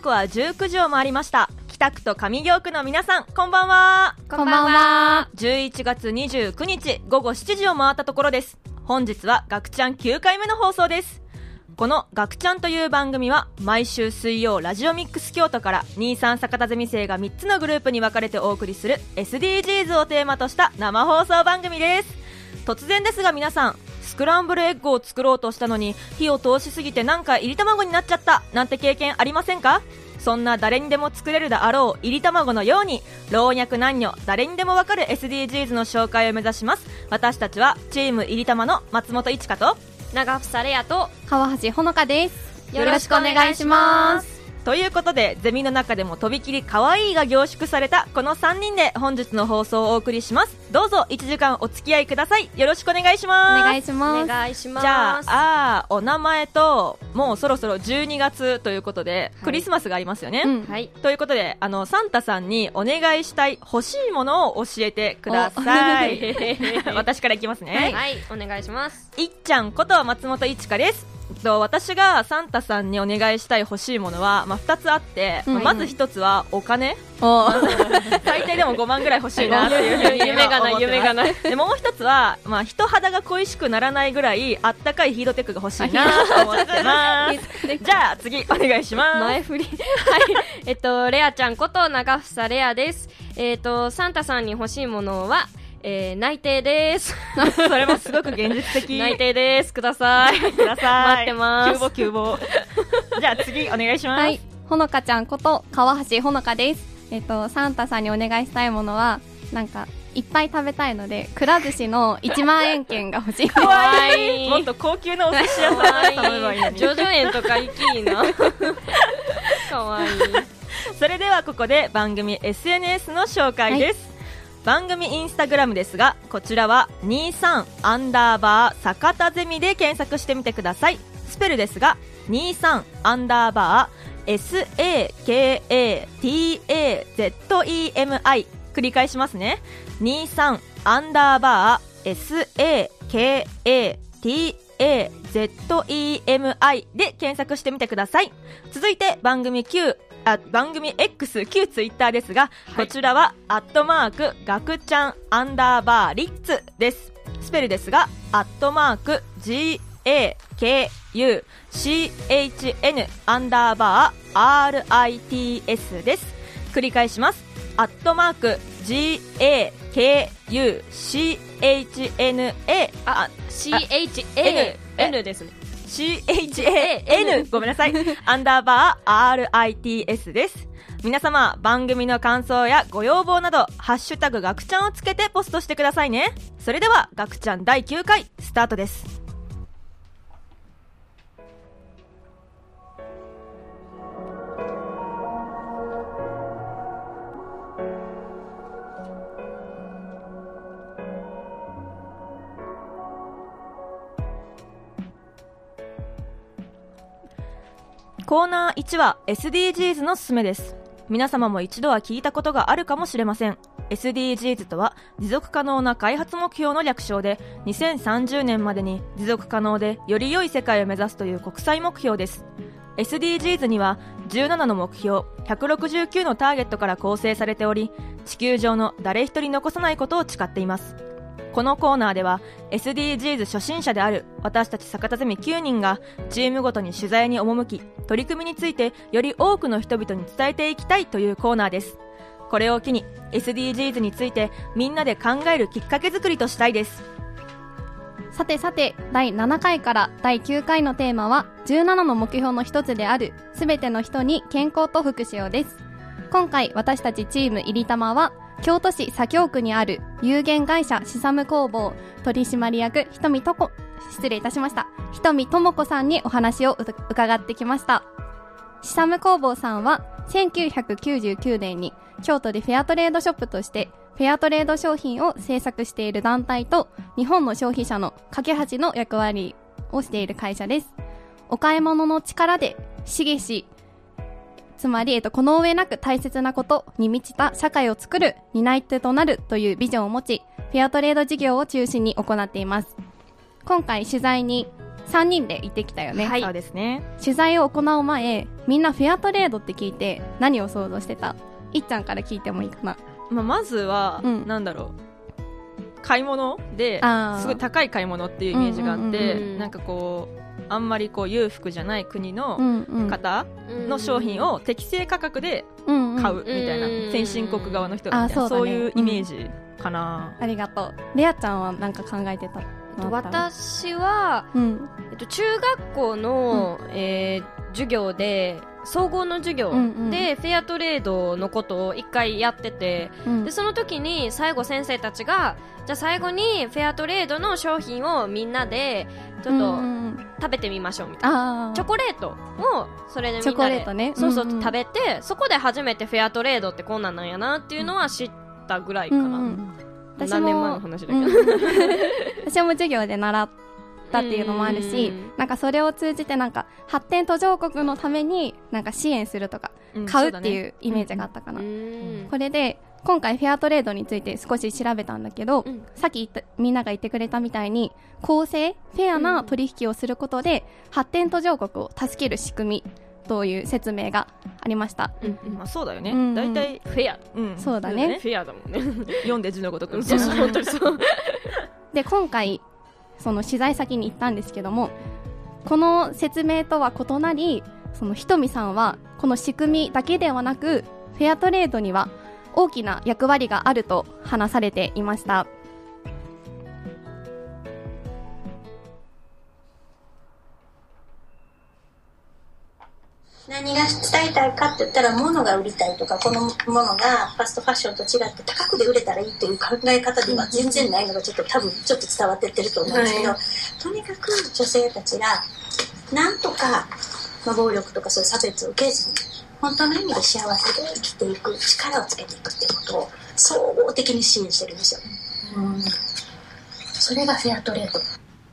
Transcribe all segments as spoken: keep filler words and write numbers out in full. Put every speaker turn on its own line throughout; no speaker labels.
刻はじゅうくじを回りました。北区と上京区の皆さん、こんばんは。
こんばんは。
じゅういちがつにじゅうくにちごごしちじを回ったところです。本日はガクちゃんきゅうかいめの放送です。このガクちゃんという番組は毎週水曜ラジオミックス京都からにじゅうさん坂田ゼミ生がみっつのグループに分かれてお送りする エスディージーズ をテーマとした生放送番組です。突然ですが皆さん、スクランブルエッグを作ろうとしたのに火を通しすぎてなんか入り卵になっちゃったなんて経験ありませんか？そんな誰にでも作れるであろう入り卵のように老若男女誰にでもわかる エスディージーズ の紹介を目指します。私たちはチーム入り玉の松本一花と
長房レアと
川橋ほのかです。
よろしくお願いします。
ということで、ゼミの中でもとびきり可愛いが凝縮されたこのさんにんで本日の放送をお送りします。どうぞいちじかんお付き合いください。よろしくお願いします。
お願いします。
お願いします。
じゃあ、あーお名前ともうそろそろじゅうにがつということで、はい、クリスマスがありますよね、
うん
はい、
ということで、あのサンタさんにお願いしたい欲しいものを教えてください。私からいきますね。
はい、はい、お願いします。
いっちゃんこと松本一花です。私がサンタさんにお願いしたい欲しいものは、まあ、ふたつあって、うん、まずひとつはお金、最低でもごまんぐらい欲しいなっていうふうに
夢がない夢がない。
でもうひとつは、まあ、人肌が恋しくならないぐらいあったかいヒートテックが欲しいなと思ってますじゃあ次お願いします。
前振りはい、えっとレアちゃんこと長房レアです。えっとサンタさんに欲しいものはえー、内定です
それもすごく現実的。
内定です。ください
ください。
待ってます。
急募急募じゃあ次お願いします。
はい、ほのかちゃんこと川橋ほのかです。えっとサンタさんにお願いしたいものはなんかいっぱい食べたいので、くら寿司のいちまんえん券が欲しい。
かわいい。もっと高級なお寿司屋さんが頼めばいいのに。
叙々苑とか行きいなかわいい。
それではここで番組 エスエヌエス の紹介です、はい。番組インスタグラムですが、こちらはにじゅうさんアンダーバー坂田ゼミで検索してみてください。スペルですがにじゅうさんアンダーバー エスエーケーエーティーエーゼットイーエムアイ 繰り返しますね。にじゅうさんアンダーバー エスエーケーエーティーエーゼットイーエムアイ で検索してみてください。続いて番組 Qあ番組 X 旧ツイッターですが、はい、こちらはアットマークガクちゃんアンダーバーリッツです。スペルですがアットマーク ジーエーケーユーシーエイチエヌ アンダーバー アールアイティーエス です。繰り返します。アットマーク ジーエーケーユーシーエイチエヌエー
あ シーエイチエーエヌ ですね。
シーエイチエーエヌ ごめんなさいアンダーバー アールアイティーエス です。皆様番組の感想やご要望などハッシュタグガクちゃんをつけてポストしてくださいね。それではガクちゃんだいきゅうかいスタートです。コーナーいちは エスディージーズ のすすめです。皆様も一度は聞いたことがあるかもしれません。 エスディージーズ とは持続可能な開発目標の略称で、にせんさんじゅうねんまでに持続可能でより良い世界を目指すという国際目標です。 エスディージーズ にはじゅうななの目標ひゃくろくじゅうきゅうのターゲットから構成されており、地球上の誰一人残さないことを誓っています。このコーナーでは エスディージーズ 初心者である私たち坂田ゼミきゅうにんがチームごとに取材に赴き、取り組みについてより多くの人々に伝えていきたいというコーナーです。これを機に エスディージーズ についてみんなで考えるきっかけ作りとしたいです。
さてさて、だいななかいからだいきゅうかいのテーマはじゅうななの目標の一つであるすべての人に健康と福祉をです。今回私たちチーム入り玉は京都市左京区にある有限会社シサム工房取締役ひとみとこ失礼いたしましたひとみともこさんにお話を伺ってきました。シサム工房さんはせんきゅうひゃくきゅうじゅうきゅうねんに京都でフェアトレードショップとしてフェアトレード商品を制作している団体と日本の消費者の架け橋の役割をしている会社です。お買い物の力でしげし、つまり、えっと、この上なく大切なことに満ちた社会を作る担い手となるというビジョンを持ち、フェアトレード事業を中心に行っています。今回取材にさんにんで行ってきたよね。
はい
そうですね。
取材を行う前、みんなフェアトレードって聞いて何を想像してた？いっちゃんから聞いてもいいかな。
まあ、まずは、
うん、
なんだろう、買い物で
あ
すごい高い買い物っていうイメージがあって、
うん
うんうん、
なんかこうあんまりこう裕福じゃない国の方の商品を適正価格で買うみたいな、
うんうん、
先進国側の人がみたいな、そう、ね、そういうイメージかな、
うん、ありがとう。レアちゃんは何か考えてた？
私は、
うん
えっと、中学校の、うんえー、授業で総合の授業で、うんうん、フェアトレードのことを一回やってて、うん、でその時に最後先生たちがじゃあ最後にフェアトレードの商品をみんなでちょっと食べてみましょうみたいな、うん、チョコレートをそれでみんなで
チョコレート、ね、
そうそう、
うんうん、
食べてそこで初めてフェアトレードってこんなんなんやなっていうのは知ったぐらいかな、うんうん、何年前の話だけど、うん、
私も授業で習ったっていうのもあるし、なんかそれを通じてなんか発展途上国のためになんか支援するとか、うん、買うっていうイメージがあったかな、うん、これで今回フェアトレードについて少し調べたんだけど、うん、さっき言ったみんなが言ってくれたみたいに公正フェアな取引をすることで発展途上国を助ける仕組みという説明がありました、
うんうんまあ、そうだよね、うんうん、だいたいフェア、
うん、そうだね、
フェアだもんね
読んで字のごとくみたいな、そうそう本当にそう
で今回その取材先に行ったんですけども、この説明とは異なり、そのひとみさんはこの仕組みだけではなくフェアトレードには大きな役割があると話されていました。
何が伝えたいかって言ったら、物が売りたいとか、このものがファストファッションと違って高くで売れたらいいっていう考え方で今全然ないのがちょっと多分ちょっと伝わってってると思うんですけど、はい、とにかく女性たちがなんとか、まあ、暴力とかそういう差別を受けずに本当の意味で幸せで生きていく力をつけていくっていうことを総合的に支援してるんですよ、うん、それがフェアトレード。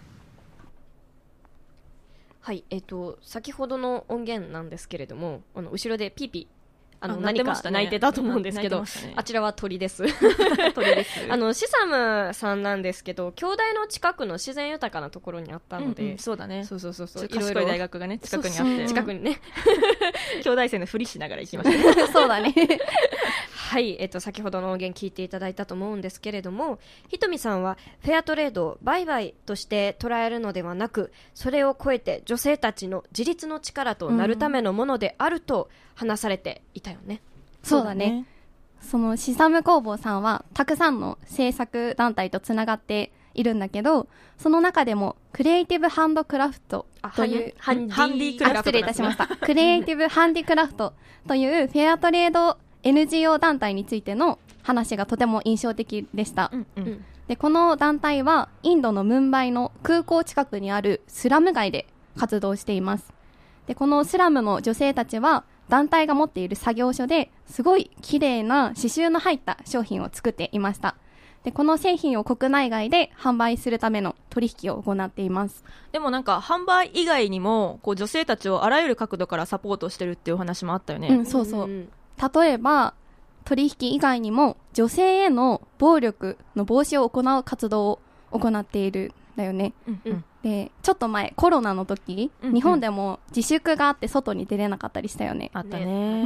はい、えっと、先ほどの音源なんですけれども、あの後ろでピーピーあの
あ
何か泣いてたと思うんですけど、
ね、
あちらは鳥です
鳥です
あのシサムさんなんですけど、京大の近くの自然豊かなところにあったので、
うんうん、そうだね、
そうそうそうそう、
賢い大学がね近くにあって、そうそう
近くにね
京大生のふりしながら行きました、ね、
そうだね
はい、えっと、先ほどの音源聞いていただいたと思うんですけれども、ひとみさんはフェアトレードを売買として捉えるのではなく、それを超えて女性たちの自立の力となるためのものであると話されていたよね、
うん、そうだね。そのシサム工房さんはたくさんの制作団体とつながっているんだけど、その中でもクリエイティブハンドクラフトという
ハンディクラフト、
失礼いたしましたクリエイティブハンディクラフトというフェアトレードエヌジーオー 団体についての話がとても印象的でした、うんうん、でこの団体はインドのムンバイの空港近くにあるスラム街で活動しています。でこのスラムの女性たちは団体が持っている作業所ですごい綺麗な刺繍の入った商品を作っていました。でこの製品を国内外で販売するための取引を行っています。
でもなんか販売以外にもこう女性たちをあらゆる角度からサポートしてるっていう話もあったよね、
うん、そうそう、うん例えば取引以外にも女性への暴力の防止を行う活動を行っているんだよね、うんうん、でちょっと前コロナの時、うんうん、日本でも自粛があって外に出れなかったりしたよね。
あったね、
うんうん、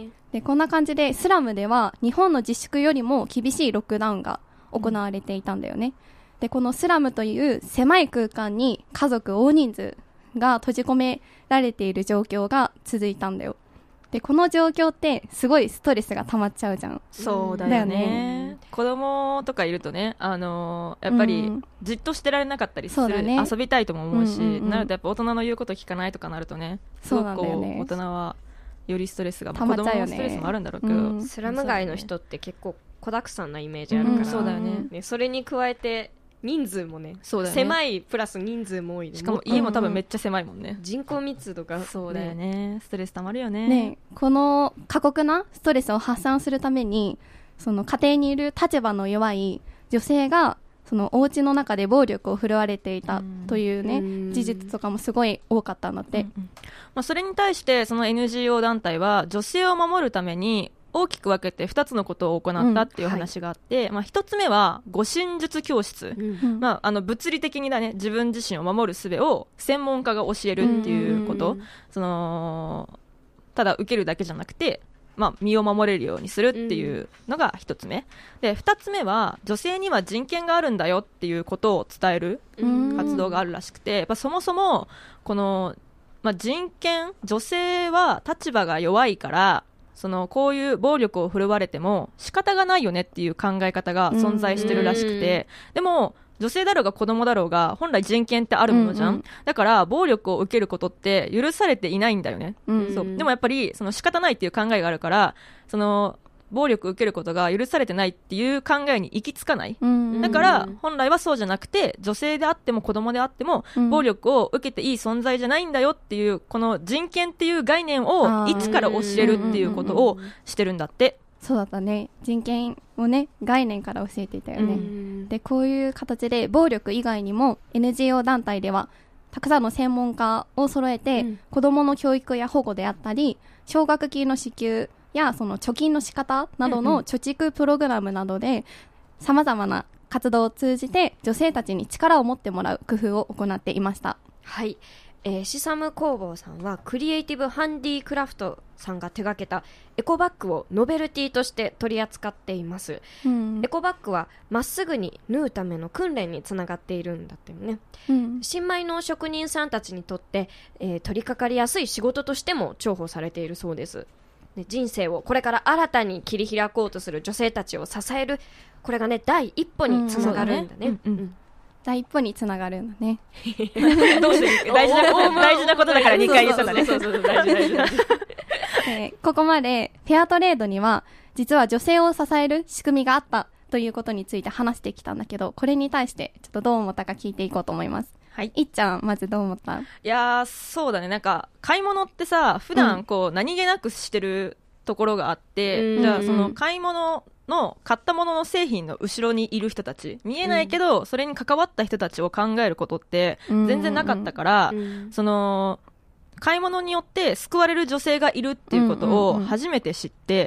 でこんな感じでスラムでは日本の自粛よりも厳しいロックダウンが行われていたんだよね。でこのスラムという狭い空間に家族大人数が閉じ込められている状況が続いたんだよ。でこの状況ってすごいストレスが溜まっちゃうじゃん。
そうだよ ね, だよね子供とかいるとね、あのー、やっぱりじっとしてられなかったりする、ね、遊びたいとも思うし、うんうんうん、なるとやっぱ大人の言うこと聞かないとかなるとね、すごくこう、ね、大人はよりストレスが
溜まっちゃうよね。
子供のストレスもあるんだろうけど、うん、
スラム街の人って結構子だくさんなイメージあるから、うん、
そうだよ ね,
ねそれに加えて人数も ね, そうだよね狭いプラス人数も多いで、
しかも家も多分めっちゃ狭いもんね、
うん、人口密度が、ね、
そうだよね、ストレス溜まるよ ね,
ねこの過酷なストレスを発散するためにその家庭にいる立場の弱い女性がそのお家の中で暴力を振るわれていたというね、うん、事実とかもすごい多かったんだって、うんうん
まあ、それに対してその エヌジーオー 団体は女性を守るために大きく分けてふたつのことを行ったっていう話があって、うんはいまあ、ひとつめは護身術教室、うんまあ、あの物理的にだね自分自身を守る術を専門家が教えるっていうこと、うん、そのただ受けるだけじゃなくて、まあ、身を守れるようにするっていうのがひとつめでふたつめは女性には人権があるんだよっていうことを伝える活動があるらしくてやっぱそもそもこの、まあ、人権女性は立場が弱いからそのこういう暴力を振るわれても仕方がないよねっていう考え方が存在してるらしくてでも女性だろうが子供だろうが本来人権ってあるものじゃん、うんうん、だから暴力を受けることって許されていないんだよね、うんうん、そうでもやっぱりその仕方ないっていう考えがあるからその暴力を受けることが許されてないっていう考えに行き着かない、うんうん、だから本来はそうじゃなくて女性であっても子供であっても暴力を受けていい存在じゃないんだよっていうこの人権っていう概念をいつから教えるっていうことをしてるんだって。
そうだったね人権をね概念から教えていたよね、うん、でこういう形で暴力以外にも エヌジーオー 団体ではたくさんの専門家を揃えて、うん、子どもの教育や保護であったり奨学金の支給やその貯金の仕方などの貯蓄プログラムなどでさまざまな活動を通じて女性たちに力を持ってもらう工夫を行っていました。
はい、えー、シサム工房さんはクリエイティブハンディクラフトさんが手掛けたエコバッグをノベルティとして取り扱っています、うん、エコバッグはまっすぐに縫うための訓練につながっているんだってよね、うん、新米の職人さんたちにとって、えー、取り掛かりやすい仕事としても重宝されているそうです。で人生をこれから新たに切り開こうとする女性たちを支えるこれがね第一歩につながるんだね、うんうんうん
第一歩につながるんだね
どうして大事な大事なことだからにかい言ったんだね。そうそうそう大事大事大事
えー、ここまでフェアトレードには実は女性を支える仕組みがあったということについて話してきたんだけどこれに対してちょっとどう思ったか聞いていこうと思います。はい、いっちゃんまずどう思った？
いやーそうだねなんか買い物ってさ普段こう、うん、何気なくしてるところがあって、うん、じゃあその買い物の買ったものの製品の後ろにいる人たち見えないけど、うん、それに関わった人たちを考えることって全然なかったから、うん、その買い物によって救われる女性がいるっていうことを初めて知って、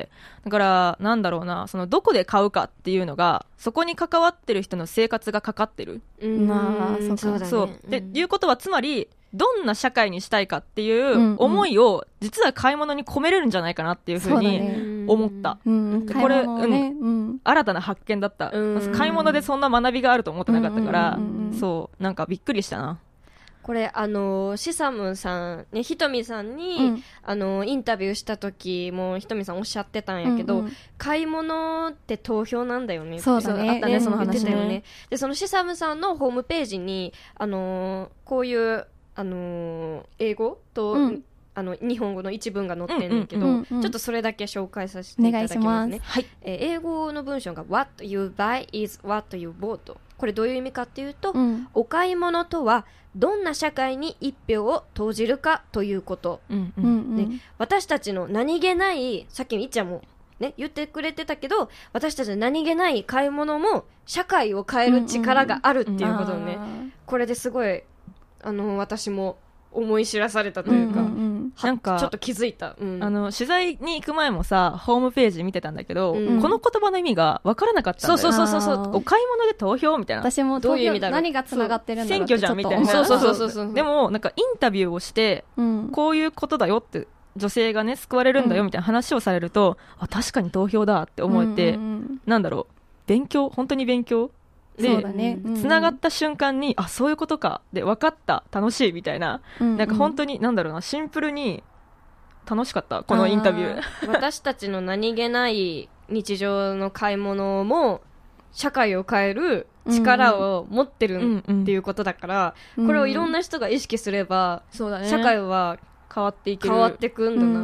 だからなんだろうなそのどこで買うかっていうのがそこに関わってる人の生活がかかってる、
うん、あそう
そうそう、でいうことはつまりどんな社会にしたいかっていう思いを実は買い物に込めれるんじゃないかなっていうふうに思った、
うんうん、これ、ねうん、
新たな発見だった、うん、買い物でそんな学びがあると思ってなかったから、うんうん、そうなんかびっくりしたな。
これあのー、シサムさん、ね、ひとみさんに、うん、あのー、インタビューした時もひとみさんおっしゃってたんやけど、うんうん、買い物って投票なんだよねって
そうだね、
あったね、その話ね、言ってたよ
ね。
でそのシサムさんのホームページに、あのー、こういうあのー、英語と、うん、あの日本語の一文が載ってんねんけど、うんうんうんうん、ちょっとそれだけ紹介させていただきますね。
はい
えー、英語の文章が What you buy is what you bought。 これどういう意味かっていうと、うん、お買い物とはどんな社会に一票を投じるかということ、うんうんうんね、私たちの何気ないさっきいっちゃんもね、言ってくれてたけど私たちの何気ない買い物も社会を変える力があるっていうことをね、うんうん、これですごいあの私も思い知らされたというか、うんうんうん、なんかちょっと気づいた、うん、
あの取材に行く前もさホームページ見てたんだけど、うん、この言葉の意味が分からなかったんだよ。
そうそうそうそう
お買い物で投票みたいな。
私も投票どういう意味だろう何がつながってるんだろうって
選挙じゃんみたいな。
そうそうそうそうそう
でもなんかインタビューをして、うん、こういうことだよって女性がね救われるんだよみたいな話をされると、うん、あ確かに投票だって思えて、うんうんうん、なんだろう勉強本当に勉強で
そうだね、うんうん、
つながった瞬間にあそういうことかで分かった楽しいみたいな、うんうん、なんか本当になんだろうなシンプルに楽しかったこのインタビュー。
私たちの何気ない日常の買い物も社会を変える力を持ってるっていうことだから、うんうん、これをいろんな人が意識すれば、うんうん、社会は変わっていける変わってくんだなって、うん、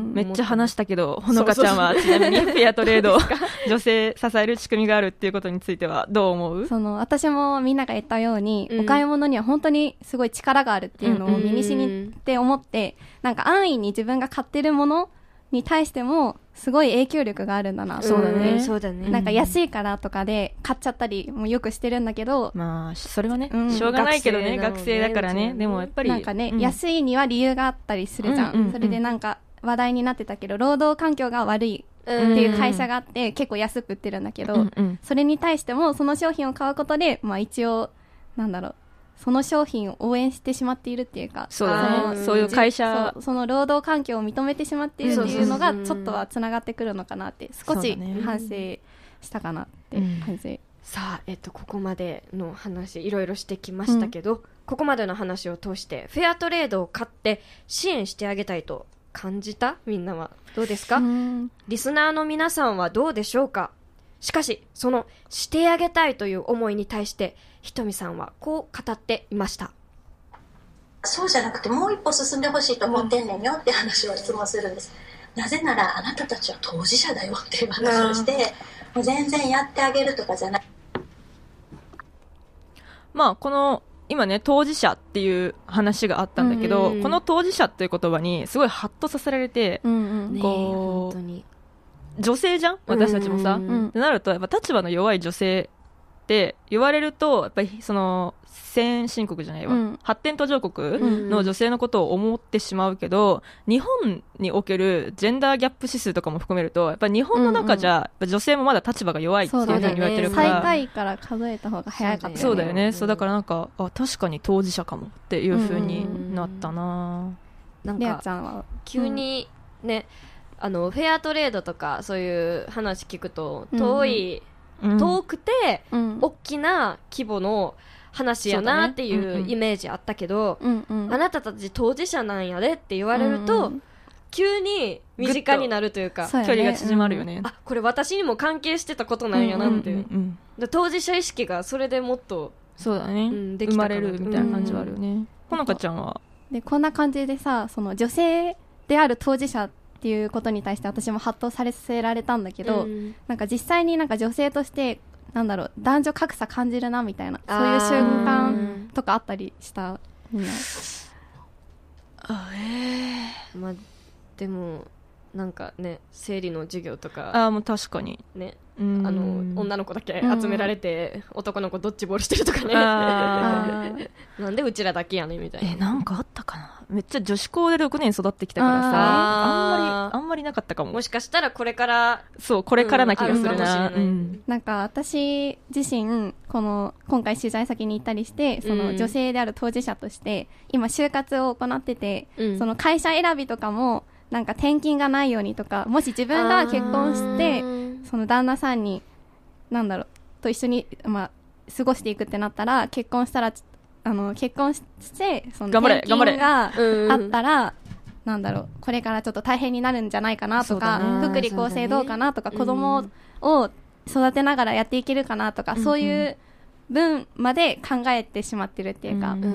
めっちゃ話したけどほのかちゃんはちなみにフェアトレード女性支える仕組みがあるっていうことについてはどう思う？
その私もみんなが言ったように、うん、お買い物には本当にすごい力があるっていうのを身にしにって思って、うん、なんか安易に自分が買ってるものに対してもすごい影響力があるんだな。
そうだね、そうだね。
なんか安いからとかで買っちゃったりもよくしてるんだけど、
まあそれはね、うん、しょうがないけどね、学生だからね。でもやっぱり
なんかね、うん、安いには理由があったりするじゃん、うんうんうん、それでなんか話題になってたけど労働環境が悪いっていう会社があって、うん、結構安く売ってるんだけど、うんうん、それに対してもその商品を買うことで、まあ、一応なんだろうその商品を応援してしまっているっていうか、
そうだね、そういう会社
そ, その労働環境を認めてしまっているっていうのがちょっとはつながってくるのかなって少し反省したかなって反省、うん、
さあ、えっと、ここまでの話いろいろしてきましたけど、うん、ここまでの話を通してフェアトレードを買って支援してあげたいと感じたみんなはどうですか？リスナーの皆さんはどうでしょうか？しかしそのしてあげたいという思いに対してひとみさんはこう語っていました。
そうじゃなくてもう一歩進んでほしいと思ってんねんよって話を質問するんです。なぜならあなたたちは当事者だよっていう話をして、もう全然やってあげるとかじゃない。
まあこの今ね当事者っていう話があったんだけど、うんうん、この当事者っていう言葉にすごいハッとさせられて、うんうん、こう、ね、本当に女性じゃん私たちもさ、うんうん、ってなるとやっぱ立場の弱い女性って言われるとやっぱりその先進国じゃないわ、うん、発展途上国の女性のことを思ってしまうけど、うん、日本におけるジェンダーギャップ指数とかも含めるとやっぱ日本の中じゃ、うんうん、女性もまだ立場が弱いっていうふうに言われてるから、
最下位から数えた方が早かったよね。
そうだよね、うん、そうだからなんかあ確かに当事者かもっていうふうになったな、
うん、なんか急にね、うん、あのフェアトレードとかそういう話聞くと遠い、うん、遠くて、うん、大きな規模の話やなっていうイメージあったけど、うんうん、あなたたち当事者なんやでって言われると、うんうん、急に身近になるというか、
距離が縮まるよね、
うん、あこれ私にも関係してたことなんやなって、うんうんうんうん、当事者意識がそれでもっと
そうだね、うん、できたかな生まれるみたいな感じはあるよね、うん、ほのかちゃんは
でこんな感じでさその女性である当事者っていうことに対して私もハッとさせられたんだけど、うん、なんか実際になんか女性としてなんだろう男女格差感じるなみたいなそういう瞬間とかあったりしたみんな。
あえー、まあでもなんかね生理の授業とか
あもう確かに
ねあの女の子だけ集められて男の子ドッジボールしてるとかねなんでうちらだけやねんみたいな。
えなんかあったかな。めっちゃ女子校でろくねん育ってきたからさ あ, あんまりあんまりなかったかも。
もしかしたらこれから
そうこれからな気がするな、
うんうん、なんか私自身この今回取材先に行ったりしてその女性である当事者として今就活を行ってて、うん、その会社選びとかもなんか転勤がないようにとかもし自分が結婚してその旦那さんになんだろうと一緒に、まあ、過ごしていくってなったら結婚したらあの結婚してその転勤があったらなんだろうこれからちょっと大変になるんじゃないかなとか、ね、福利厚生どうかなとか、ね、子供を育てながらやっていけるかなとか、うん、そういう分まで考えてしまってるっていうか、うん、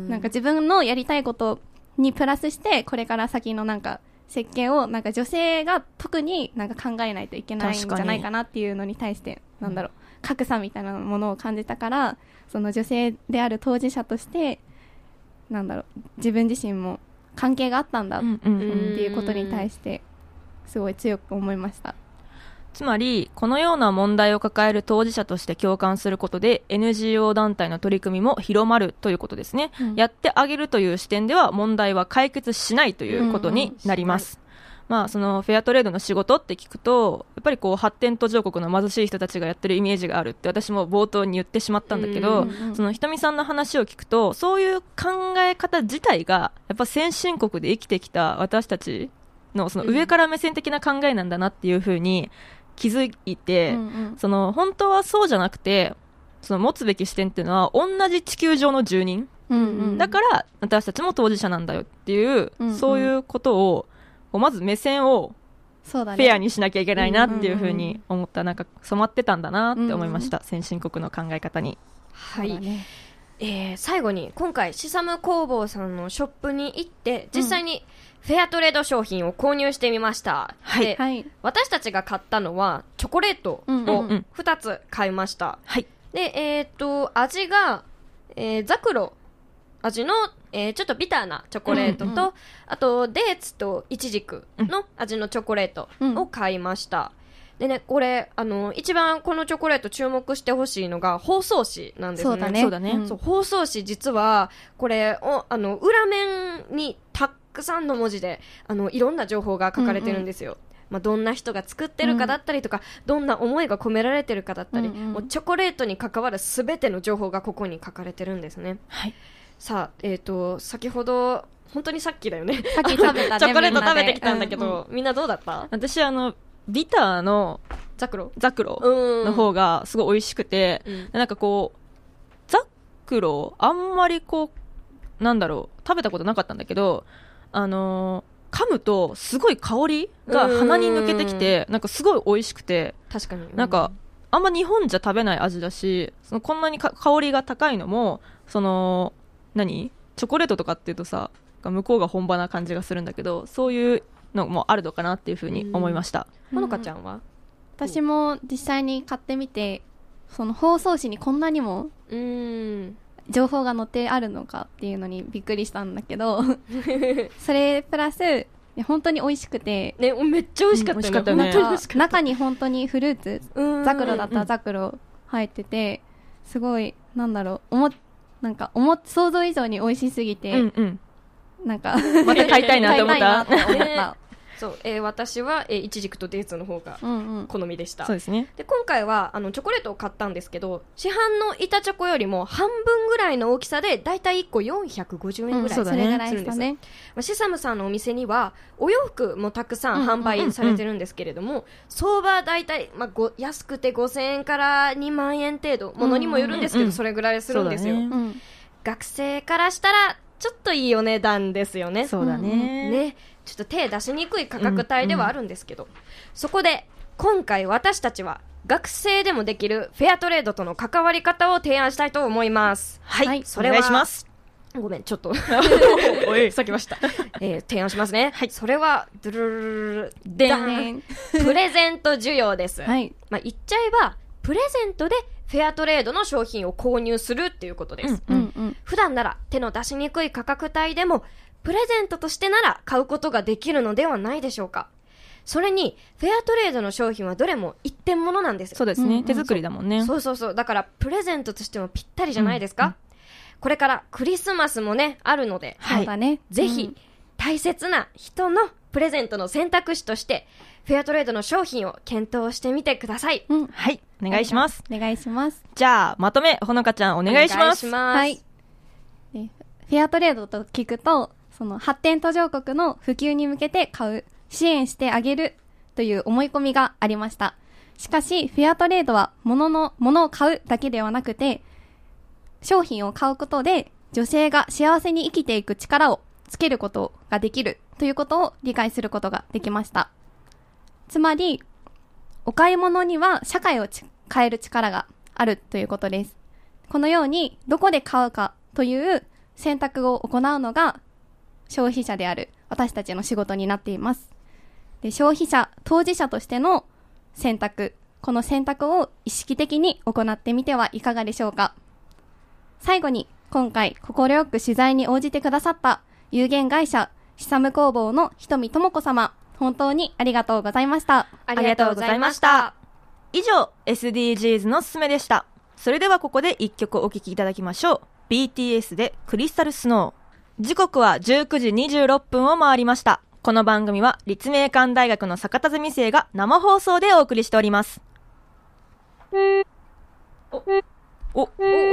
なんか自分のやりたいことにプラスしてこれから先のなんか設計をなんか女性が特になんか考えないといけないんじゃないかなっていうのに対してなんだろう格差みたいなものを感じたからその女性である当事者としてなんだろう自分自身も関係があったんだっていうことに対してすごい強く思いました。
つまりこのような問題を抱える当事者として共感することで エヌジーオー 団体の取り組みも広まるということですね、うん、やってあげるという視点では問題は解決しないということになります、うんうんまあ、そのフェアトレードの仕事って聞くとやっぱりこう発展途上国の貧しい人たちがやってるイメージがあるって私も冒頭に言ってしまったんだけど、うんうん、そのひとみさんの話を聞くとそういう考え方自体がやっぱ先進国で生きてきた私たちのその上から目線的な考えなんだなっていうふうに気づいて、うんうん、その本当はそうじゃなくてその持つべき視点っていうのは同じ地球上の住人、うんうん、だから私たちも当事者なんだよっていう、うんうん、そういうことをまず目線をフェアにしなきゃいけないなっていうふうに思った、なんか染まってたんだなって思いました、うんうん、先進国の考え方に。
はい、ねえー、最後に今回シサム工房さんのショップに行って実際にフェアトレード商品を購入してみました、うん、で、はい、私たちが買ったのはチョコレートをふたつ買いました、はい、で、えー、と味が、えー、ザクロ味の、えー、ちょっとビターなチョコレートと、うんうん、あとデーツとイチジクの味のチョコレートを買いました、うん、でねこれあの一番このチョコレート注目してほしいのが包装紙なんですね。
そうだね、
そうだね、うん、
そう包装紙実はこれをあの裏面にたくさんの文字であのいろんな情報が書かれてるんですよ、うんうん、 まあ、どんな人が作ってるかだったりとか、うん、どんな思いが込められてるかだったり、うんうん、もうチョコレートに関わるすべての情報がここに書かれてるんですね。
はい、
さあ、えーと、先ほど本当にさっきだよね
さっき食べたね
チョコレート食べてきたんだけど、うんうん、みんなどうだった？
私あのビターの
ザクロ
ザクロの方がすごい美味しくて、うん、なんかこうザクロあんまりこうなんだろう食べたことなかったんだけど、あのー、噛むとすごい香りが鼻に抜けてきて、なんかすごい美味しくて、
確かに、うん、
なんかあんま日本じゃ食べない味だし、そのこんなにか香りが高いのもその何チョコレートとかっていうとさ向こうが本場な感じがするんだけど、そういうのもあるのかなっていうふうに思いました。
ほのかちゃんは？
私も実際に買ってみて、その包装紙にこんなにも
うん
情報が載ってあるのかっていうのにびっくりしたんだけどそれプラス本当に美味しくて、
ね、めっちゃ美味しかったよね、うん、
美味しかったね。
中に本当にフルーツザクロだったらザクロ入ってて、すごいなんだろうおもなんかおも想像以上に美味しすぎて、
うんうん、
なんか
また買いたいなと思った
ねそう、えー、私は、えー、イチジクとデーツの方が好みでした、
うんうん、そうですね。
で今回はあのチョコレートを買ったんですけど、市販の板チョコよりも半分ぐらいの大きさでだいたいいっこよんひゃくごじゅうえんぐらいするんです、うん、それぐらいですね。まあ、シサムさんのお店にはお洋服もたくさん販売されてるんですけれども、うんうんうん、相場だいたい、まあ、ご安くてごせんえんからにまんえん程度、ものにもよるんですけど、うんうんうん、それぐらいするんですよ、ね、学生からしたらちょっといいお値段ですよね。
そうだね、
ね、ちょっと手出しにくい価格帯ではあるんですけど、うんうん、そこで今回私たちは学生でもできるフェアトレードとの関わり方を提案したいと思います。
はい、はい、それはお願いします。
ごめんちょっと
おいさきました、
えー、提案しますね。はい、それはドゥルルル
でん
プレゼント需要です、
はい、
まあ、言っちゃえばプレゼントでフェアトレードの商品を購入するっていうことです、
うんうんうん、
普段なら手の出しにくい価格帯でもプレゼントとしてなら買うことができるのではないでしょうか。それにフェアトレードの商品はどれも一点物なんですよ。
そうですね、うんうん、手作りだもんね。
そうそうそう、だからプレゼントとしてもぴったりじゃないですか、うんうん、これからクリスマスもねあるので、
はい、そうだね、
ぜひ、うん、大切な人のプレゼントの選択肢としてフェアトレードの商品を検討してみてください、
うん、
はい、お願いします。
お願いします。
じゃあまとめほのかちゃんお願いします。
お願いします。
はい、フェアトレードと聞くとその発展途上国の普及に向けて買う支援してあげるという思い込みがありました。しかしフェアトレードは物の物を買うだけではなくて商品を買うことで女性が幸せに生きていく力をつけることができるということを理解することができました。つまりお買い物には社会を変える力があるということです。このようにどこで買うかという選択を行うのが消費者である私たちの仕事になっています。で、消費者当事者としての選択、この選択を意識的に行ってみてはいかがでしょうか。最後に今回快く取材に応じてくださった有限会社シサム工房の瞳智子様、本当にありがとうございました。
ありがとうございました。
以上 エスディージーズ のすすめでした。それではここで一曲お聴きいただきましょう。 ビーティーエス でクリスタルスノー。時刻はじゅうくじにじゅうろっぷんを回りました。この番組は立命館大学の坂田ゼミ生が生放送でお送りしております。おおおお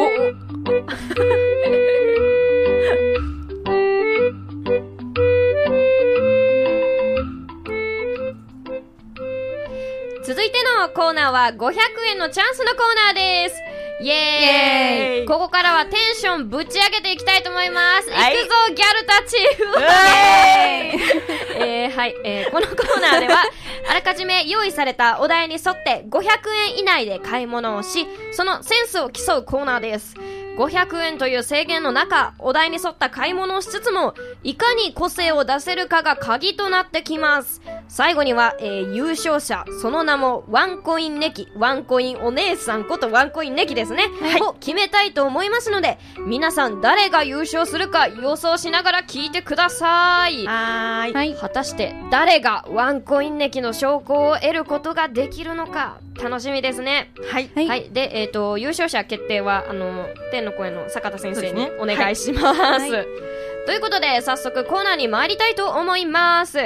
続いてのコーナーはごひゃくえんのチャンスのコーナーです。イエーイ、イエーイ。ここからはテンションぶち上げていきたいと思います。はい、いくぞギャルたち。えー、はい、えー、このコーナーではあらかじめ用意されたお題に沿ってごひゃくえん以内で買い物をし、そのセンスを競うコーナーです。ごひゃくえんという制限の中、お題に沿った買い物をしつつもいかに個性を出せるかが鍵となってきます。最後には、えー、優勝者、その名もワンコインネキ、ワンコインお姉さんことワンコインネキですね、はい、を決めたいと思いますので、皆さん誰が優勝するか予想しながら聞いてください。
はーい、はい、
果たして誰がワンコインネキの証拠を得ることができるのか楽しみですね。
はい、
はい、で、えーと、優勝者決定はあの天の声の坂田先生にお願いします。はいはい、ということで早速コーナーに参りたいと思います。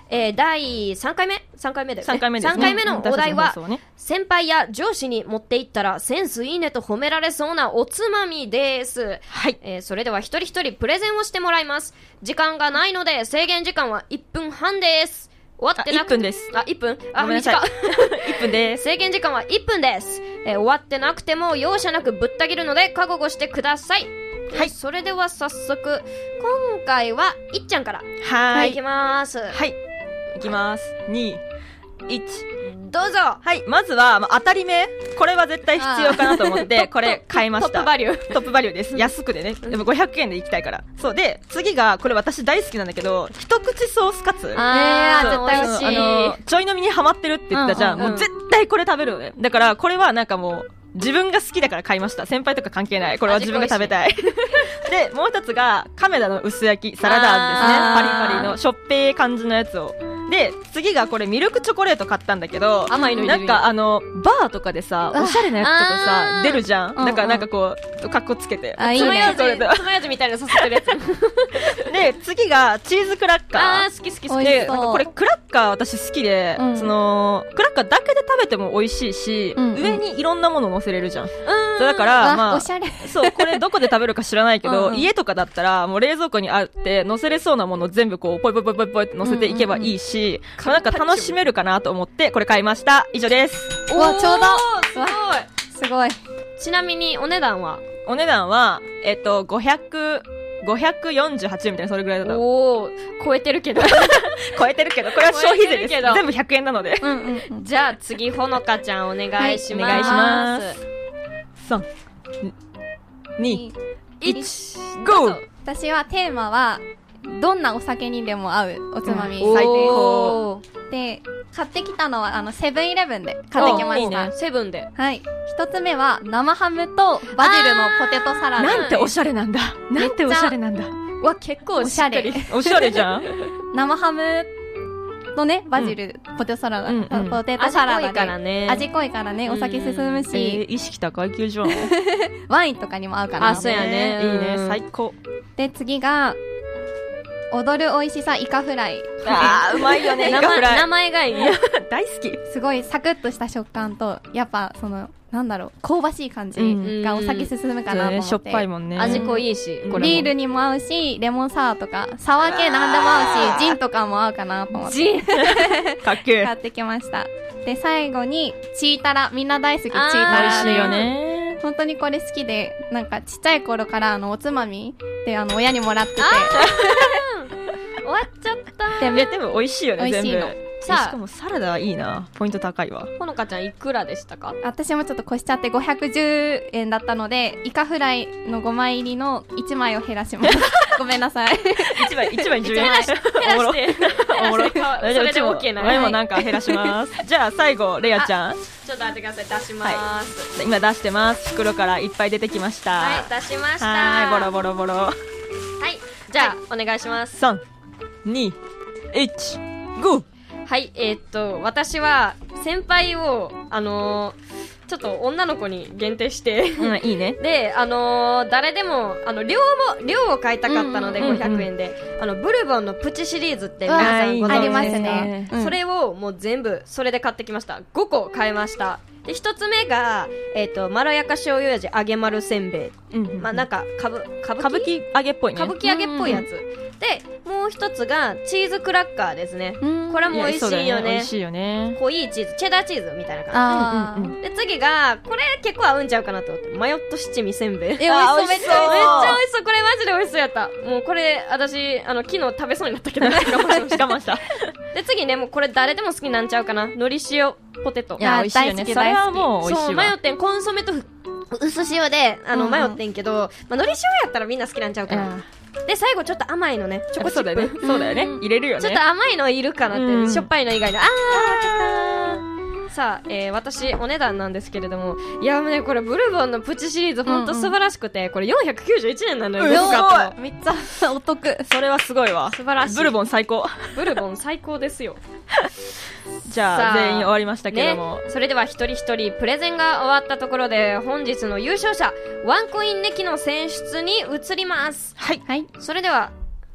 えー、だいさんかいめさんかいめだよね。
さんかいめですね。
さんかいめのお題は、
ね、
先輩や上司に持っていったらセンスいいねと褒められそうなおつまみです。
はい。
えー、それでは一人一人プレゼンをしてもらいます。時間がないので制限時間はいっぷんはんです。終わってなくて。
いっぷんです。
あ、いっぷんあ、
ごめんなさい。
短
いっぷんです。
制限時間はいっぷんです。えー、終わってなくても容赦なくぶった切るので覚悟してください。はい。それでは早速、今回はいっちゃんから。
はい。
いきまーす。
はい。いきます。に、いち。
どうぞ。
はい。まずは、まあ、当たり目。これは絶対必要かなと思って、これ買いました。
トップバリュー。
トップバリューです。安くでね。でもごひゃくえんでいきたいから。そう。で、次が、これ私大好きなんだけど、一口ソースカツ。
あー、絶対美味しい。
あの、ちょい飲みにハマってるって言ってたじゃん。うんうんうん、もう絶対これ食べるのね。だから、これはなんかもう、自分が好きだから買いました。先輩とか関係ない。これは自分が食べたい。で、もう一つが、亀田の薄焼き、サラダ味ですね。パリパリの、しょっぺー感じのやつを。で、次がこれミルクチョコレート買ったんだけど、
甘いの
なんかあの、バーとかでさ、おしゃれなやつとかさ、出るじゃん。だからなんかこう、カッコつけて。
あ、いいね。つまようじみたいなさせてるやつ。
で、次がチーズクラッカー。
あー、好き好き好き。
で、なんかこれクラッカー私好きで、うん、その、クラッカーだけで食べても美味しいし、うんうん、上にいろんなもの乗せれるじゃん。そうだから、まあ、
おしゃれ。
そう、これどこで食べるか知らないけど、うんうん、家とかだったら、もう冷蔵庫にあって、乗せれそうなものを全部こう、ポイポイポイポイポイって乗せていけばいいし、うんうんうん、なんか楽しめるかなと思って、これ買いました。以上です。
うわ、ちょうど
すごい
すごい。
ちなみにお値段は
お値段は、えっと、ごひゃく、ごひゃくよんじゅうはちえんみたいな、それぐらいだった。
おー、超えてるけど。
超えてるけど、これは消費税です。全部ひゃくえんなので。
うんうんうん、じゃあ次、ほのかちゃんお願いします。
はい、お願いします。さん、に、いち、ゴー！
私はテーマは、どんなお酒にでも合うおつまみ。
うん、最高。
で、買ってきたのは、あの、セブンイレブンで買ってきました。
いいね、セブンで。
はい。一つ目は、生ハムとバジルのポテトサラダ。
なんておしゃれなんだ。なんておしゃれなんだ。
わ、結構
おしゃれ。
おしゃれじゃん。
生ハムとね、バジル、うん、ポテトサラダ、うんうん、ポテトサラダで。味濃いからね。味濃いからね、お酒進むし。え
ー、意識高い系じゃん。
ワインとかにも合うかな。
あ、そうやね。
いいね、最高。
で、次が、踊る美味しさイカフライ。
あー、うまいよね、イカフライ。
名前がいいね。
大好き。
すごいサクッとした食感と、やっぱその、なんだろう、香ばしい感じがお酒進むかなと思って。うん、
しょっぱいもんね。
味濃いし、
これビールにも合うし、レモンサワーとか、サワー系なんでも合うし、ジンとかも合うかなと思って。
ジン
かっけー。
買ってきました。で、最後に、チータラ。みんな大好きチータラ。
美味しいよね。
本当にこれ好きで、なんかちっちゃい頃からあの、おつまみであの、親にもらってて。
終わっちゃった。
でも、でも美味しいよね、
美味しいの。
全部。さあ、しかもサラダいいな。ポイント高いわ。
ほのかちゃんいくらでしたか？
私もちょっと越しちゃってごひゃくじゅうえんだったので、イカフライのごまい入りのいちまいを減らします。ごめんなさい。
いちまい、いちまいじゅうえん。
減らして。
おもろ。おもろ。
それで OK な。
俺もなんか減らします。じゃあ最後、レアちゃん。
ちょっと待ってください、出します。
はい、今出してます。袋からいっぱい出てきました。
はい、出しました。
はい、ボロボロボロ。はい、
じゃあ、お願いします。
さん、に、いち、ゴー！
はい、えー、っと、私は、先輩を、あのー、ちょっと女の子に限定して、
うん、いいね。
で、あのー、誰でも、あの、量も、量を買いたかったので、ごひゃくえんで、あの、ブルボンのプチシリーズって皆さんご存知ですか？
ありますね。
それをもう全部、それで買ってきました。ごこ買いました。で、一つ目が、えっ、ー、と、まろやか醤油味揚げ丸せんべい。うんうんうん、まあ、なんか、かぶ、
かぶき歌舞伎揚げっぽいね。
歌舞伎揚げっぽいやつ。うんうん、で、もう一つが、チーズクラッカーですね。これも美味しいよね。
美味しいよね。
濃いチーズ、チェダーチーズみたいな感じ。うんうんうん、で、次が、これ結構合うんちゃうかなと思って、マヨット七味せんべい。
え、美味しそう、めっちゃ美味しそう。
めっちゃ美味しそう。これマジで美味しそうやった。もうこれ、私、あの、昨日食べそうになったけど、我慢した。で、次ね、もうこれ誰でも好きなんちゃうかな。海苔塩ポテト。
いや、美味しいよね。それはもう美味しいわ。
そう、マヨってん、コンソメと薄塩で、あの、迷ってんけど、まあ、海苔塩やったらみんな好きなんちゃうかな。で、最後ちょっと甘いのね、チョコチップ。
そうだよね。そうだよね。入れるよね。
ちょっと甘いのいるかなって、しょっぱいの以外の。あー、負けた。さあ、えー、私、お値段なんですけれども、いや、もうね、これ、ブルボンのプチシリーズ、ほんと素晴らしくて、これよんひゃくきゅうじゅういちえんなのよ。
すごい。
めっちゃお得。
それはすごいわ。
素晴らしい。
ブルボン最高。
ブルボン最高ですよ。
じゃあ、全員終わりましたけども、
ね、それでは一人一人プレゼンが終わったところで、本日の優勝者ワンコインネキの選出に移ります。
はい、
はい、それでは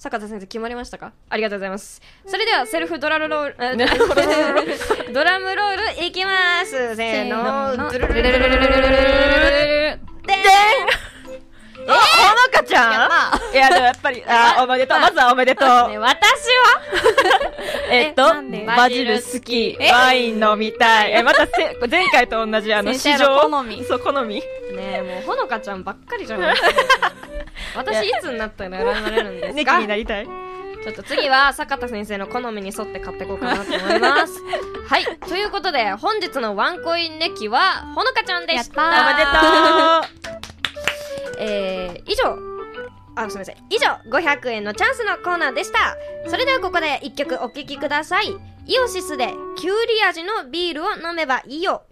坂田先生決まりましたか？ありがとうございます。それではセルフドラムロールドラムロールいきます。せーの、ドゥルルルルルルルルルルルルでん
えー、ほのかちゃんいやでもやっぱりあおめでとう、まずはおめでとう、
ね、私は
えっとバジル好き、ワイン飲みたい、えまたせ前回と同じあの市場
好み
そう好み
ねえもうほのかちゃんばっかりじゃないですか私いつになったら選ばれるんです
ネキ
か？
になりたい。
ちょっと次は坂田先生の好みに沿って買っていこうかなと思いますはいということで本日のワンコインネキはほのかちゃんでした。
おめでとう
えー、以上あ、すみません。以上、ごひゃくえんのチャンスのコーナーでした。それではここで一曲お聴きください。イオシスでキュウリ味のビールを飲めばいいよ。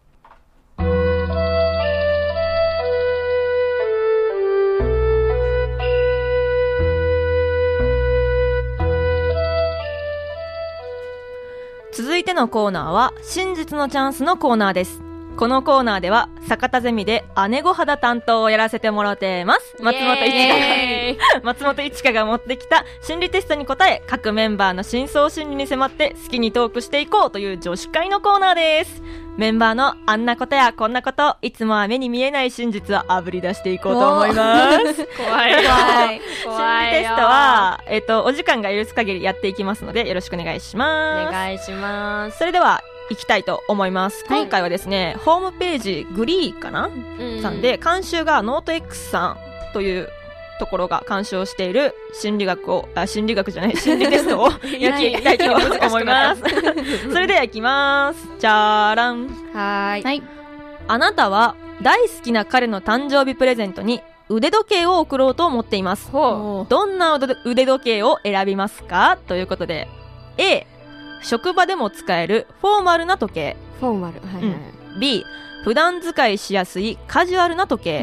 続いてのコーナーは真実のチャンスのコーナーです。このコーナーでは坂田ゼミで姉御肌担当をやらせてもらっています。松本一華が松本一華が持ってきた心理テストに答え、各メンバーの深層心理に迫って好きにトークしていこうという女子会のコーナーです。メンバーのあんなことやこんなこと、いつもは目に見えない真実をあぶり出していこうと思います
怖いよ
心理
怖いよ
テストは、えっと、お時間が許す限りやっていきますのでよろしくお願いします。
お願いします。
それでは行きたいと思います。今回はですね、ホームページグリーかな、
うん、
さんで監修がノート X さんというところが監修をしている心理学をあ心理学じゃない心理テストをやっていきたいと思いますそれでは行きます。じゃーらん。
はーい、
はい、
あなたは大好きな彼の誕生日プレゼントに腕時計を贈ろうと思っています。
ほ
どんな腕時計を選びますかということで、 A、職場でも使えるフォーマルな時計。
フォーマル、はいはい、
うん、B、普段使いしやすいカジュアルな時計。
うん、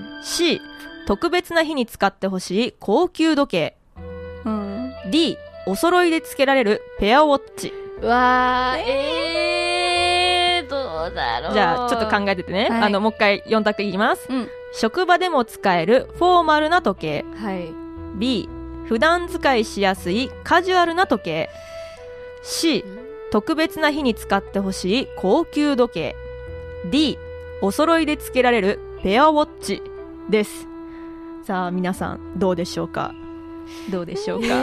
C、特別な日に使ってほしい高級時計。
うん、
D、お揃いでつけられるペアウォッチ。
うわーえー、どうだろう。
じゃあちょっと考えててね、
はい、
あのもう一回よん択言います、
うん、
職場でも使えるフォーマルな時計。
はい、
B、普段使いしやすいカジュアルな時計。C、特別な日に使ってほしい高級時計。 D、お揃いでつけられるペアウォッチです。さあ皆さんどうでしょうかどうでしょうか、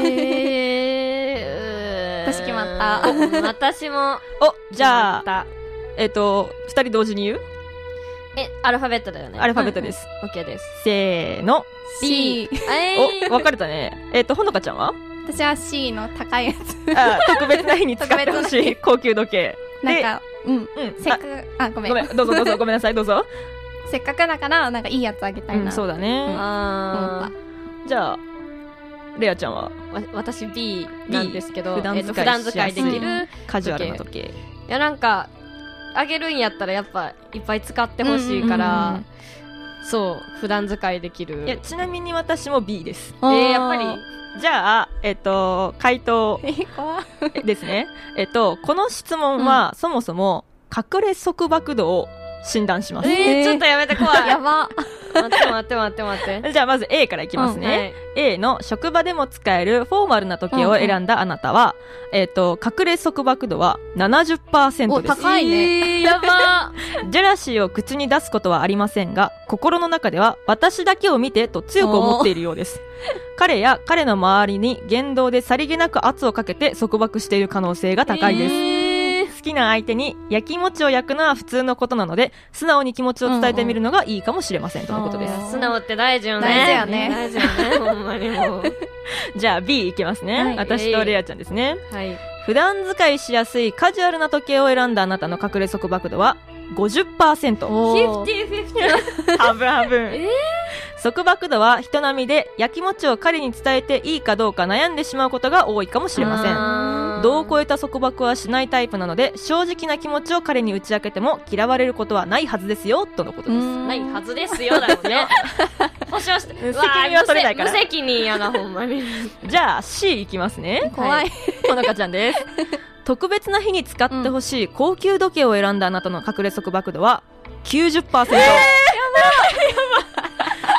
えー、
私決まった。
私も
お、じゃあ
あ
えっとふたり同時に言う？
え、アルファベットだよね。
アルファベットです、
うん、OK です。
せーの
C。
え
お、分かれたね。えっとほのかちゃんは？
私は C の高いやつ
あ、特別な日に使ってほしい高級時計。
なんかうん、うん、せっかくあごめん
ごめんどうぞどうぞごめんなさいどうぞ
せっかくだからなんかいいやつあげたいな、
うん、そうだね、
うん、
あ
じゃあレアちゃんは？
わ私 B なんですけど、
普段使い
えーと普段使いできる
カジュアルな時計。
いやなんかあげるんやったらやっぱいっぱい使ってほしいから、
うんうんうん、
そう普段使いできる。
いやちなみに私も B です。
えー、やっぱり
じゃあえっと回答ですねえっとこの質問は、うん、そもそも隠れ束縛度を診断します。
えー、ちょっとやめて怖い
やば
待って待って待って待って
じゃあまず A からいきますね、うん、はい、A の職場でも使えるフォーマルな時計を選んだあなたは、うんうん、えっと隠れ束縛度は ななじゅっパーセント です。
お高いね、
えー、やば
ジェラシーを口に出すことはありませんが心の中では私だけを見てと強く思っているようです。彼や彼の周りに言動でさりげなく圧をかけて束縛している可能性が高いです、えー、好きな相手に焼き餅を焼くのは普通のことなので素直に気持ちを伝えてみるのがいいかもしれません、うん、とのことです。
素直って大事よね。
大事よね
大事よねほんまにもう
じゃあ B いきますね、はい、私とレアちゃんですね、
はい、
普段使いしやすいカジュアルな時計を選んだあなたの隠れ束縛度は ごじゅっパーセント。
フィフティフィフティ
半分半分、
え
ー、束縛度は人並みで焼き餅を彼に伝えていいかどうか悩んでしまうことが多いかもしれません。度を超えた束縛はしないタイプなので正直な気持ちを彼に打ち明けても嫌われることはないはずですよとのことです。
ないはずですよだよね保証して
責任は取れないから
無責任やなほんまに
じゃあ C いきますね。
怖い
ほのかちゃんです特別な日に使ってほしい高級時計を選んだあなたの隠れ束縛度は きゅうじゅっパーセント、えー、やばい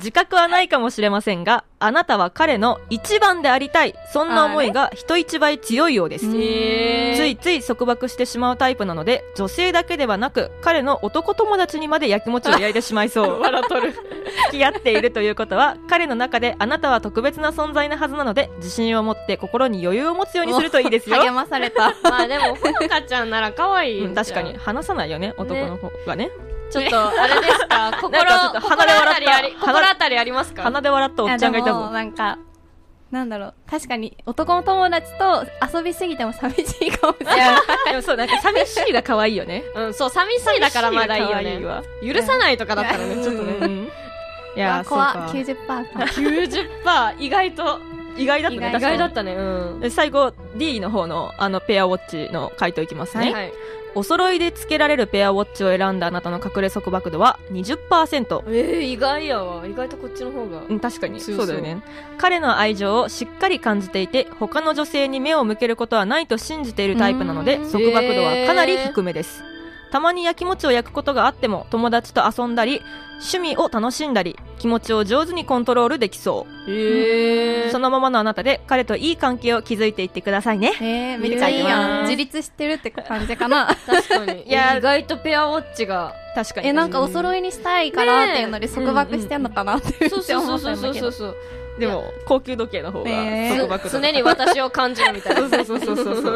自覚はないかもしれませんが、あなたは彼の一番でありたい、そんな思いが人一倍強いようです。ついつい束縛してしまうタイプなので、女性だけではなく彼の男友達にまでやきもちを焼いてしまいそう。
笑っとる。
付き合っているということは、彼の中であなたは特別な存在なはずなので、自信を持って心に余裕を持つようにするといいですよ。
励まされた。
まあでもほのかちゃんなら可愛い、
うん、確かに話さないよね、男の方がね。
ちょっとあれですか、心
なんかちょっと鼻で笑った
心当たりあり心当たりありますか？
鼻で笑ったおっちゃんがいたぞ。
いやでもなんかなんだろう、確かに男の友達と遊びすぎても寂しいかもしれない。
でもそう、なんか寂しいが可愛いよね。
うん、そう、寂しいだからまだいいよね。許さないとかだったらね、ちょっとね。
うん、いやー、そうか。
きゅうじゅっパーセント
きゅうじゅっパーセント 意外と
意外だったね。
意外だったね。うん。
最後 D の方のあのペアウォッチの回答いきますね。
はい。
お揃いで付けられるペアウォッチを選んだあなたの隠れ束縛度は にじゅっパーセント。
えー、意外やわ。意外とこっちの方が。
うん、確かに
そうそう
そうだよね。彼の愛情をしっかり感じていて、他の女性に目を向けることはないと信じているタイプなので、
うーん
束縛度はかなり低めです。たまにやきもちを焼くことがあっても、友達と遊んだり趣味を楽しんだり、気持ちを上手にコントロールできそう。
へー。
そのままのあなたで彼といい関係を築いていってくださいね。
えー、めっちゃいいやん。
いいな
自立してるって感じかな。
確かに。
いや
意外とペアウォッチが。
確かに。
え、なんかお揃いにしたいからっていうので束縛してんのかなってめっちゃ
そうそうそ
思ったんだけど。
うそうそうそう。
でも高級時計の方が
ねー
束縛度、
常に私を感じるみたいな。
そうそうそうそうそう。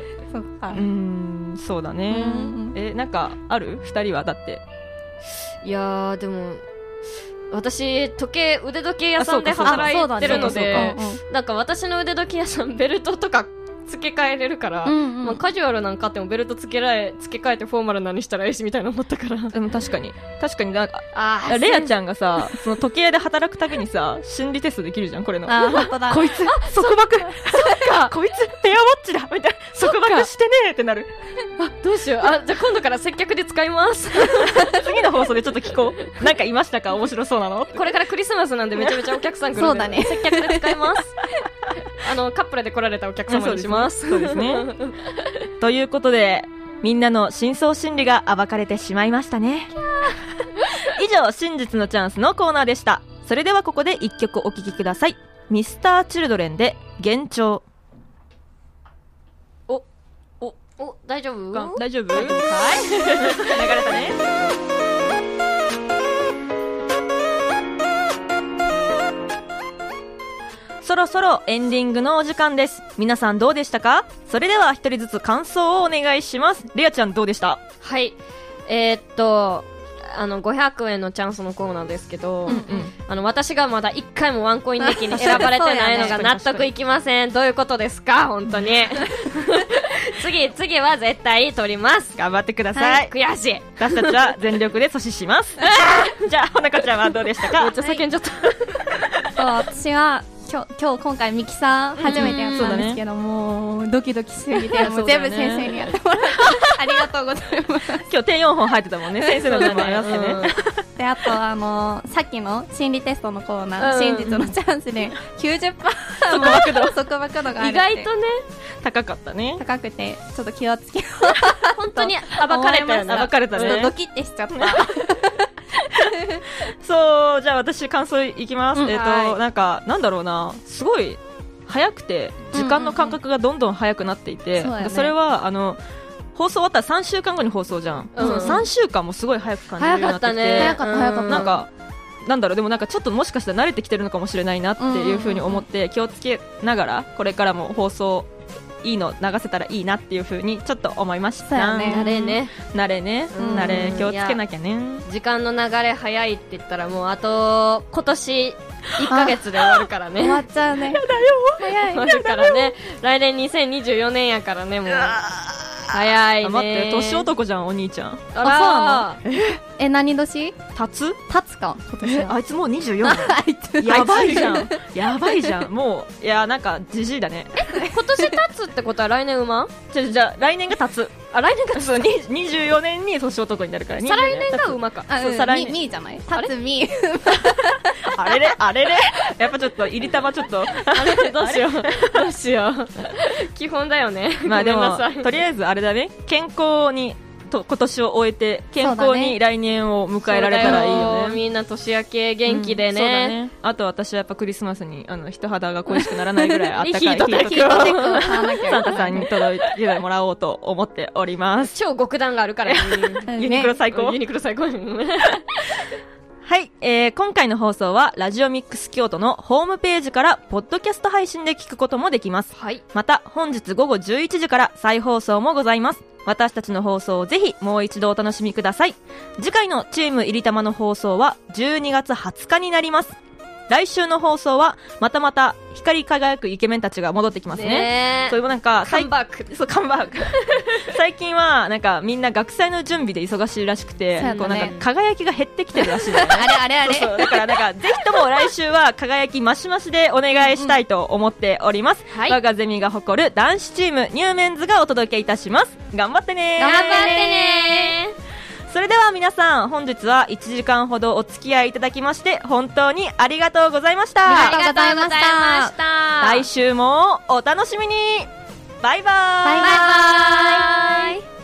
そっか
うー。ん、そうだね。
うん
え、なんかある？二人はだって。
いやー、でも、私、時計、腕時計屋さんで
あそうかそうか
働いてるの
そう
で
だね、
なんか私の腕時計屋さん、ベルトとか付け替えれるから、
うんうん
まあ、カジュアルなんかあってもベルト付けられ、付け替えてフォーマルなにしたらいいしみたいな思ったから。
でも確かに。確かになんか、
あ
レアちゃんがさ、その時計屋で働くたびにさ、心理テストできるじゃん、これの。
あー、ほんとだ。
こいつ、束縛そっかこいつ、ペアウォッチだみたいな。束縛してねーってなる。
あ、どうしよう。あ、じゃあ今度から接客で使います。
次の放送でちょっと聞こう。なんかいましたか？面白そうなの？
これからクリスマスなんでめちゃめちゃお客さん来るんで。
そうだね
接客で使います。あの、カップルで来られたお客様にします。
そうですね。ということで、みんなの深層心理が暴かれてしまいましたね。以上、真実のチャンスのコーナーでした。それではここで一曲お聴きください。ミスターチルドレンで幻聴。
お、お、お、大丈夫？
大丈夫？はい。流れたね。そろそろエンディングのお時間です。皆さんどうでしたか？それでは一人ずつ感想をお願いします。レアちゃんどうでした？
はい。えー、っと、あの、ごひゃくえんのチャンスのコーナーですけど、
うんうん、
あの、私がまだいっかいもワンコインデッキに選ばれてないのが納得いきません。どういうことですか？本当に。次、次は絶対取ります。
頑張ってください。
悔しい。
私たちは全力で阻止します。じゃあ、ほなかちゃんはどうでしたか？
めっちゃ叫んじゃった。
そう、私は、今日、今日今回ミキサー初めてやったんですけども、ドキドキしすぎて、もう全部先生にやってもらって、ありがとうございます。
今日点よんほん入ってたもんね。先生の分もありますよね。
で、あと、あのー、さっきの心理テストのコーナー、
うん
真実のチャンスで きゅうじゅっパーセント 束縛度、束縛度がある
意外とね、
高かったね。
高くて、ちょっと気をつけよう。
本当に暴かれたよね。
暴かれたね。
ちょっとドキってしちゃった。
そう、じゃあ私感想いきます。
うん、
えっ、ー、と、
はい、
なんか、なんだろうな、すごい早くて、時間の感覚がどんどん早くなっていて、
うんうんうん、
それは、あの、放送終わったらさんしゅうかんごに放送じゃん。
うんうん、
そのさんしゅうかんもすごい早く感じるようになってきて。
早かったね。早かった、早かった。
なんか、なんだろう、でもなんかちょっともしかしたら慣れてきてるのかもしれないなっていう風に思って、気をつけながら、これからも放送、いいの流せたらいいなっていう風にちょっと思いました。
ね、
慣れね。
慣れね。慣れ、気をつけなきゃね。
時間の流れ早いって言ったらもうあと、今年いっかげつで終わるからね。
終わっちゃうね。
やだよ。
早い。
終わるからね。来年にせんにじゅうよねんやからね、もう。早いね。
待って、年男じゃん、お兄ちゃん。
あら
ー。ええ、何年？
たつ
たつか今年は。
あいつもうにじゅうよん。
あいつ
やばいじゃん。やばいじゃん。もう、いや、なんか、じじいだね。
今年たつってことは来年馬？
じゃ、じゃ、来年がたつ。
あ、来年が
そう、にじゅうよねんに年男になるから。
再来年が馬か。
あ、
そう、再来年。
みーじゃないたつみー。
あれれあれれやっぱちょっと、入り玉ちょっと。
あれどうしよう。どうしよう。基本だよね。
まあでも、とりあえずあれだね。健康にと今年を終えて健康に来年を迎えられたらいいよね。
みんな年明け元気でね、うん、そうだね。
あと私はやっぱクリスマスにあの人肌が恋しくならないぐらいあったかいヒ
ートテックを
サンタさんに届けてもらおうと思っております。
超極暖があるから
ユニクロ最高、
ユニクロ最高
はい、えー、今回の放送はラジオミックス京都のホームページからポッドキャスト配信で聞くこともできます、
はい、
また本日午後じゅういちじから再放送もございます。私たちの放送をぜひもう一度お楽しみください。次回のチームいりたまの放送はじゅうにがつはつかになります。来週の放送はまたまた光り輝くイケメンたちが戻ってきます ね, ねそういうなんか
カムバック
そうカムバック最近はなんかみんな学祭の準備で忙しいらしくて、ね、こうなんか輝きが減ってきてるらしい、ね、
あれあれあれ
そうそうだからなんかぜひとも来週は輝きマシマシでお願いしたいと思っております、うんうん、我がゼミが誇る男子チームニューメンズがお届けいたします。頑張ってね
頑張ってね。
それでは皆さん本日はいちじかんほどお付き合いいただきまして本当にありがとうございました。
ありがとうございました。
来週もお楽しみに。バイバーイ。
バイバーイ。